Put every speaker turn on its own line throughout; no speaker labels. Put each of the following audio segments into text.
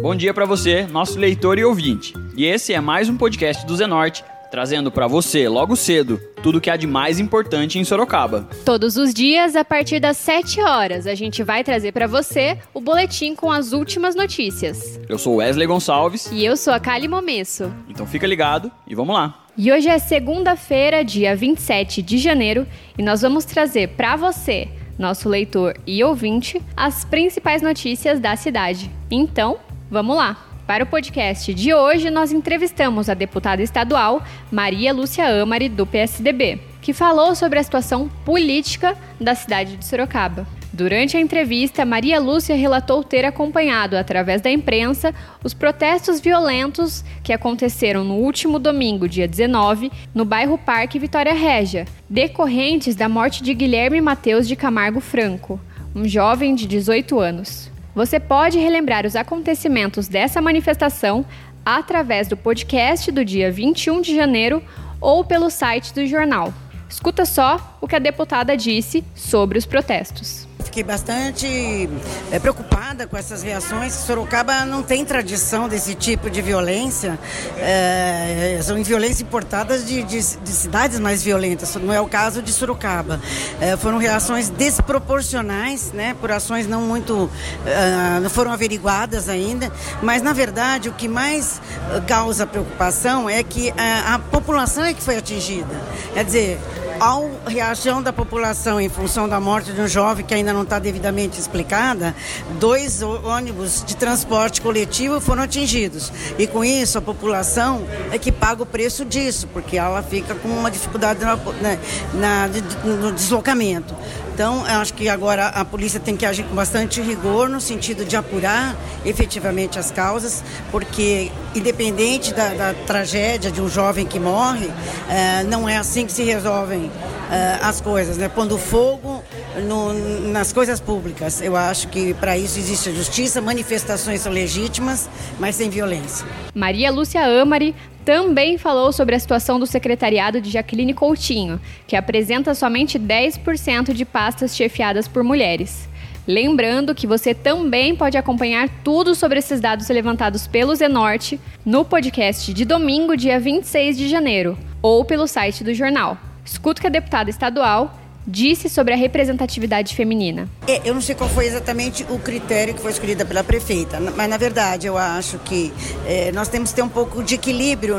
Bom dia para você, nosso leitor e ouvinte. E esse é mais um podcast do Zenorte, trazendo para você, logo cedo, tudo o que há de mais importante em Sorocaba.
Todos os dias, a partir das 7 horas, a gente vai trazer para você o boletim com as últimas notícias.
Eu sou Wesley Gonçalves.
E eu sou a Kali Momesso.
Então fica ligado e vamos lá.
E hoje é segunda-feira, dia 27 de janeiro, e nós vamos trazer para você, nosso leitor e ouvinte, as principais notícias da cidade. Então, vamos lá! Para o podcast de hoje, nós entrevistamos a deputada estadual Maria Lúcia Amari, do PSDB, que falou sobre a situação política da cidade de Sorocaba. Durante a entrevista, Maria Lúcia relatou ter acompanhado, através da imprensa, os protestos violentos que aconteceram no último domingo, dia 19, no bairro Parque Vitória Régia, decorrentes da morte de Guilherme Mateus de Camargo Franco, um jovem de 18 anos. Você pode relembrar os acontecimentos dessa manifestação através do podcast do dia 21 de janeiro ou pelo site do jornal. Escuta só o que a deputada disse sobre os protestos.
Fiquei bastante preocupada com essas reações. Sorocaba não tem tradição desse tipo de violência. São violências importadas de cidades mais violentas. Não é o caso de Sorocaba. Foram reações desproporcionais, né, por ações não muito... não foram averiguadas ainda. Mas, na verdade, o que mais causa preocupação é que a população é que foi atingida. Quer dizer, ao reação da população em função da morte de um jovem que ainda não está devidamente explicada, 2 ônibus de transporte coletivo foram atingidos. E com isso a população é que paga o preço disso, porque ela fica com uma dificuldade no deslocamento. Então, eu acho que agora a polícia tem que agir com bastante rigor no sentido de apurar efetivamente as causas, porque independente da tragédia de um jovem que morre, não é assim que se resolvem as coisas, né? Pondo fogo nas coisas públicas. Eu acho que para isso existe a justiça, manifestações são legítimas, mas sem violência.
Maria Lúcia Amari também falou sobre a situação do secretariado de Jaqueline Coutinho, que apresenta somente 10% de pastas chefiadas por mulheres. Lembrando que você também pode acompanhar tudo sobre esses dados levantados pelo Zenorte no podcast de domingo, dia 26 de janeiro, ou pelo site do jornal. Escuta o que a deputada estadual disse sobre a representatividade feminina.
Eu não sei qual foi exatamente o critério que foi escolhido pela prefeita, mas na verdade eu acho que nós temos que ter um pouco de equilíbrio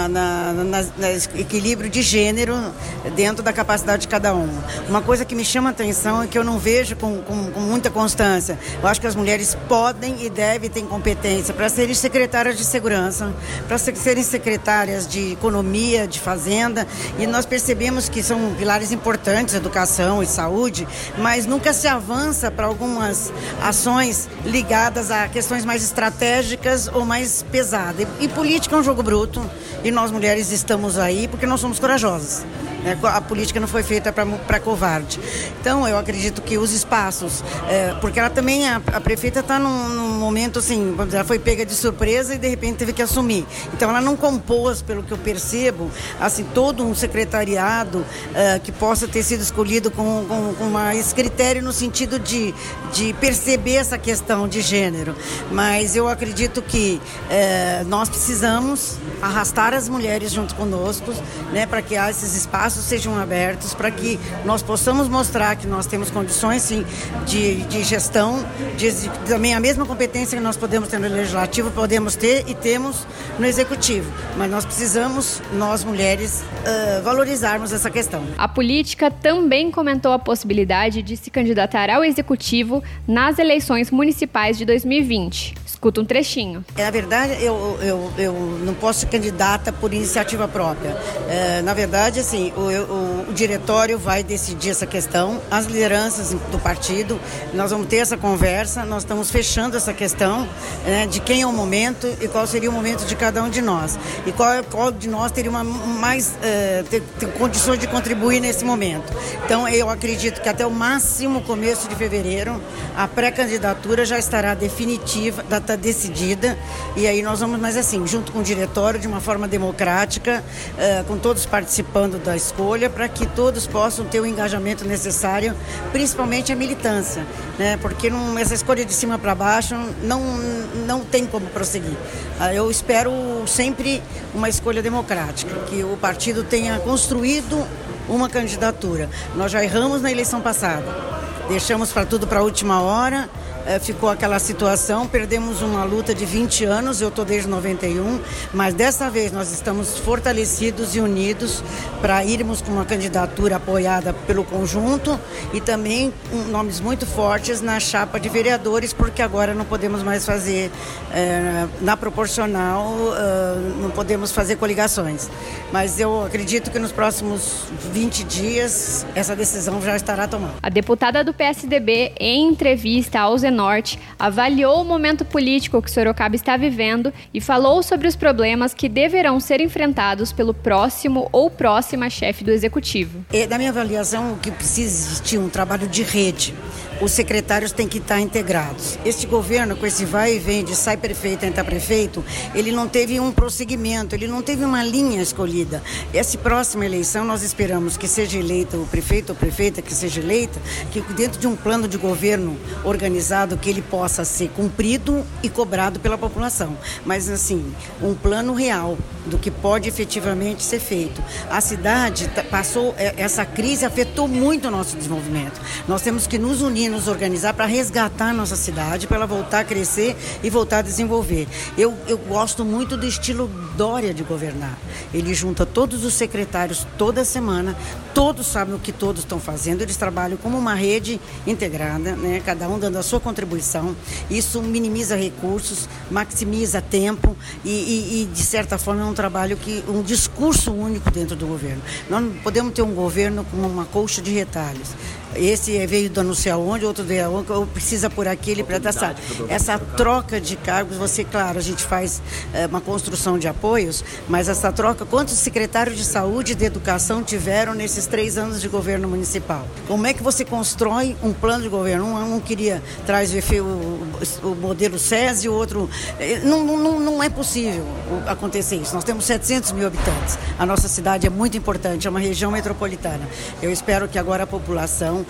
equilíbrio de gênero dentro da capacidade de cada uma. Uma coisa que me chama a atenção e que eu não vejo com muita constância, eu acho que as mulheres podem e devem ter competência para serem secretárias de segurança, para serem secretárias de economia, de fazenda, e nós percebemos que são pilares importantes, educação e saúde, mas nunca se avança para algumas ações ligadas a questões mais estratégicas ou mais pesadas. E política é um jogo bruto e nós mulheres estamos aí porque nós somos corajosas. A política não foi feita para covarde. Então, eu acredito que os espaços, porque ela também, a prefeita está num momento assim, vamos dizer, ela foi pega de surpresa e de repente teve que assumir. Então, ela não compôs, pelo que eu percebo, assim, todo um secretariado que possa ter sido escolhido com mais critério no sentido de perceber essa questão de gênero. Mas eu acredito que nós precisamos arrastar as mulheres junto conosco, né, para que esses espaços sejam abertos, para que nós possamos mostrar que nós temos condições, sim, de gestão, também a mesma competência que nós podemos ter no legislativo, podemos ter e temos no executivo. Mas nós precisamos, nós mulheres, valorizarmos essa questão.
A política também comentou a possibilidade de se candidatar ao executivo nas eleições municipais de 2020. Escuta um trechinho.
Na verdade, eu não posso ser candidata por iniciativa própria. Na verdade, assim, o diretório vai decidir essa questão, as lideranças do partido, nós vamos ter essa conversa, nós estamos fechando essa questão, né, de quem é o momento e qual seria o momento de cada um de nós. E qual de nós teria ter condições de contribuir nesse momento. Então, eu acredito que até o máximo começo de fevereiro, a pré-candidatura já estará definitiva, está decidida, e aí nós vamos, mas assim, junto com o diretório, de uma forma democrática, com todos participando da escolha, para que todos possam ter o engajamento necessário, principalmente a militância, né? Porque essa escolha de cima para baixo não tem como prosseguir. Eu espero sempre uma escolha democrática, que o partido tenha construído uma candidatura. Nós já erramos na eleição passada, deixamos tudo para a última hora. Ficou aquela situação, perdemos uma luta de 20 anos, eu estou desde 91, mas dessa vez nós estamos fortalecidos e unidos para irmos com uma candidatura apoiada pelo conjunto e também nomes muito fortes na chapa de vereadores, porque agora não podemos mais fazer na proporcional, não podemos fazer coligações. Mas eu acredito que nos próximos 20 dias essa decisão já estará tomada.
A deputada do PSDB, em entrevista ao Zenorte, avaliou o momento político que Sorocaba está vivendo e falou sobre os problemas que deverão ser enfrentados pelo próximo ou próxima chefe do Executivo.
Da minha avaliação, o que precisa existir um trabalho de rede. Os secretários têm que estar integrados. Este governo, com esse vai e vem de sai prefeito, entra prefeito, ele não teve um prosseguimento, ele não teve uma linha escolhida. Essa próxima eleição, nós esperamos que seja eleito o prefeito ou prefeita que seja eleita, que dentro de um plano de governo organizado, que ele possa ser cumprido e cobrado pela população. Mas, assim, um plano real do que pode efetivamente ser feito. A cidade passou, essa crise afetou muito o nosso desenvolvimento. Nós temos que nos unir, nos organizar para resgatar a nossa cidade, para ela voltar a crescer e voltar a desenvolver. Eu gosto muito do estilo Dória de governar. Ele junta todos os secretários toda semana, todos sabem o que todos estão fazendo, eles trabalham como uma rede integrada, né? Cada um dando a sua contribuição. Isso minimiza recursos, maximiza tempo e de certa forma é um trabalho um discurso único dentro do governo. Nós não podemos ter um governo com uma colcha de retalhos. Esse veio do não sei aonde, outro veio aonde, ou precisa por aquele para dar essa troca de cargos. Claro, a gente faz uma construção de apoios, mas essa troca, quantos secretários de saúde e de educação tiveram nesses 3 anos de governo municipal? Como é que você constrói um plano de governo? Um queria traz o modelo SES e o outro... Não é possível acontecer isso. Nós temos 700 mil habitantes. A nossa cidade é muito importante, é uma região metropolitana. Eu espero que agora a população,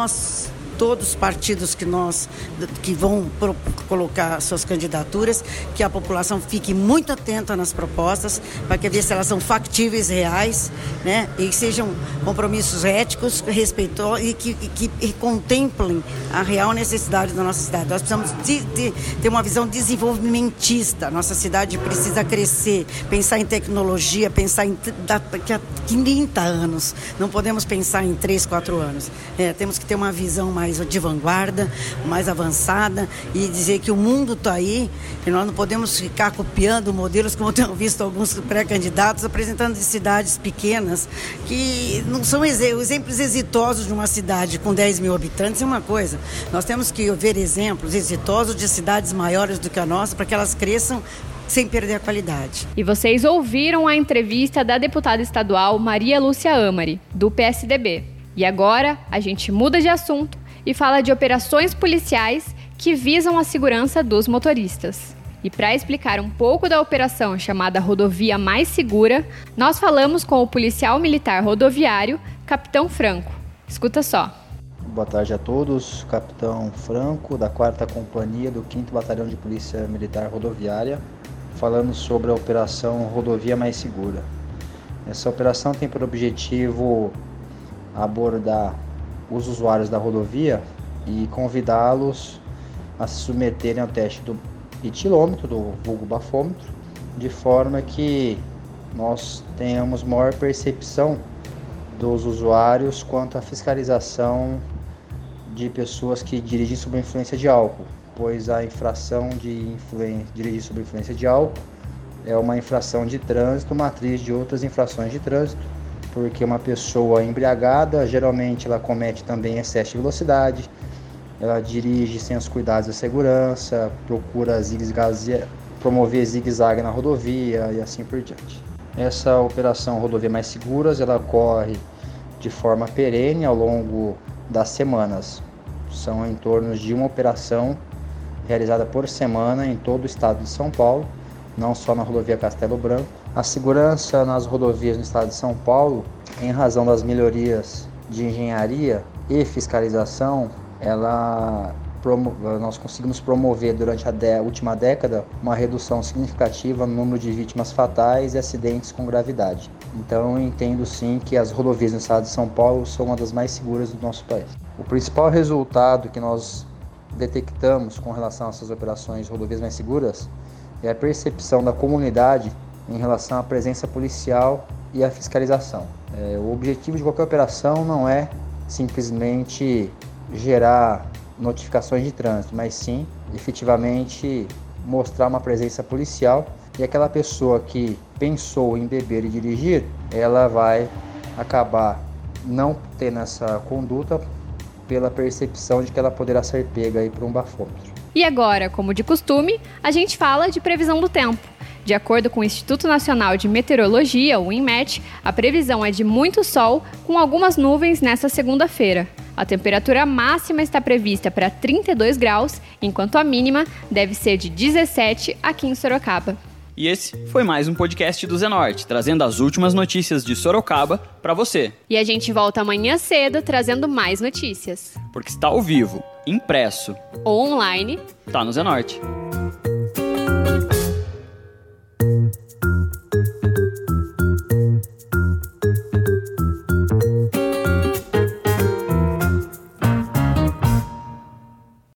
todos os partidos que vão colocar suas candidaturas, que a população fique muito atenta nas propostas, para ver se elas são factíveis, reais, né? E sejam compromissos éticos, respeitosos e que contemplem a real necessidade da nossa cidade. Nós precisamos ter uma visão desenvolvimentista. Nossa cidade precisa crescer, pensar em tecnologia, pensar daqui a 30 anos. Não podemos pensar em 3, 4 anos. Temos que ter uma visão mais de vanguarda, mais avançada e dizer que o mundo está aí e nós não podemos ficar copiando modelos, como eu tenho visto alguns pré-candidatos apresentando de cidades pequenas que não são exemplos exitosos de uma cidade com 10 mil habitantes. É uma coisa, nós temos que ver exemplos exitosos de cidades maiores do que a nossa para que elas cresçam sem perder a qualidade.
E vocês ouviram a entrevista da deputada estadual Maria Lúcia Amari, do PSDB. E agora a gente muda de assunto e fala de operações policiais que visam a segurança dos motoristas. E para explicar um pouco da operação chamada Rodovia Mais Segura, nós falamos com o policial militar rodoviário, Capitão Franco. Escuta só.
Boa tarde a todos, Capitão Franco, da 4ª Companhia do 5º Batalhão de Polícia Militar Rodoviária, falando sobre a Operação Rodovia Mais Segura. Essa operação tem por objetivo abordar os usuários da rodovia e convidá-los a se submeterem ao teste do etilômetro, do vulgo bafômetro, de forma que nós tenhamos maior percepção dos usuários quanto à fiscalização de pessoas que dirigem sob influência de álcool, pois a infração de dirigir sob influência de álcool é uma infração de trânsito, matriz de outras infrações de trânsito, porque uma pessoa embriagada, geralmente ela comete também excesso de velocidade, ela dirige sem os cuidados da segurança, procura promover zigue-zague na rodovia e assim por diante. Essa operação Rodovia Mais Seguras, ela ocorre de forma perene ao longo das semanas. São em torno de uma operação realizada por semana em todo o estado de São Paulo, não só na rodovia Castelo Branco. A segurança nas rodovias no estado de São Paulo em razão das melhorias de engenharia e fiscalização, nós conseguimos promover durante a última década uma redução significativa no número de vítimas fatais e acidentes com gravidade. Então eu entendo sim que as rodovias no estado de São Paulo são uma das mais seguras do nosso país. O principal resultado que nós detectamos com relação a essas operações rodovias mais seguras é a percepção da comunidade em relação à presença policial e à fiscalização. O objetivo de qualquer operação não é simplesmente gerar notificações de trânsito, mas sim, efetivamente, mostrar uma presença policial, e aquela pessoa que pensou em beber e dirigir, ela vai acabar não tendo essa conduta pela percepção de que ela poderá ser pega aí por um bafômetro.
E agora, como de costume, a gente fala de previsão do tempo. De acordo com o Instituto Nacional de Meteorologia, o INMET, a previsão é de muito sol com algumas nuvens nesta segunda-feira. A temperatura máxima está prevista para 32 graus, enquanto a mínima deve ser de 17 aqui em Sorocaba.
E esse foi mais um podcast do Zenorte, trazendo as últimas notícias de Sorocaba para você.
E a gente volta amanhã cedo trazendo mais notícias.
Porque está ao vivo, impresso
ou online,
tá no Zenorte.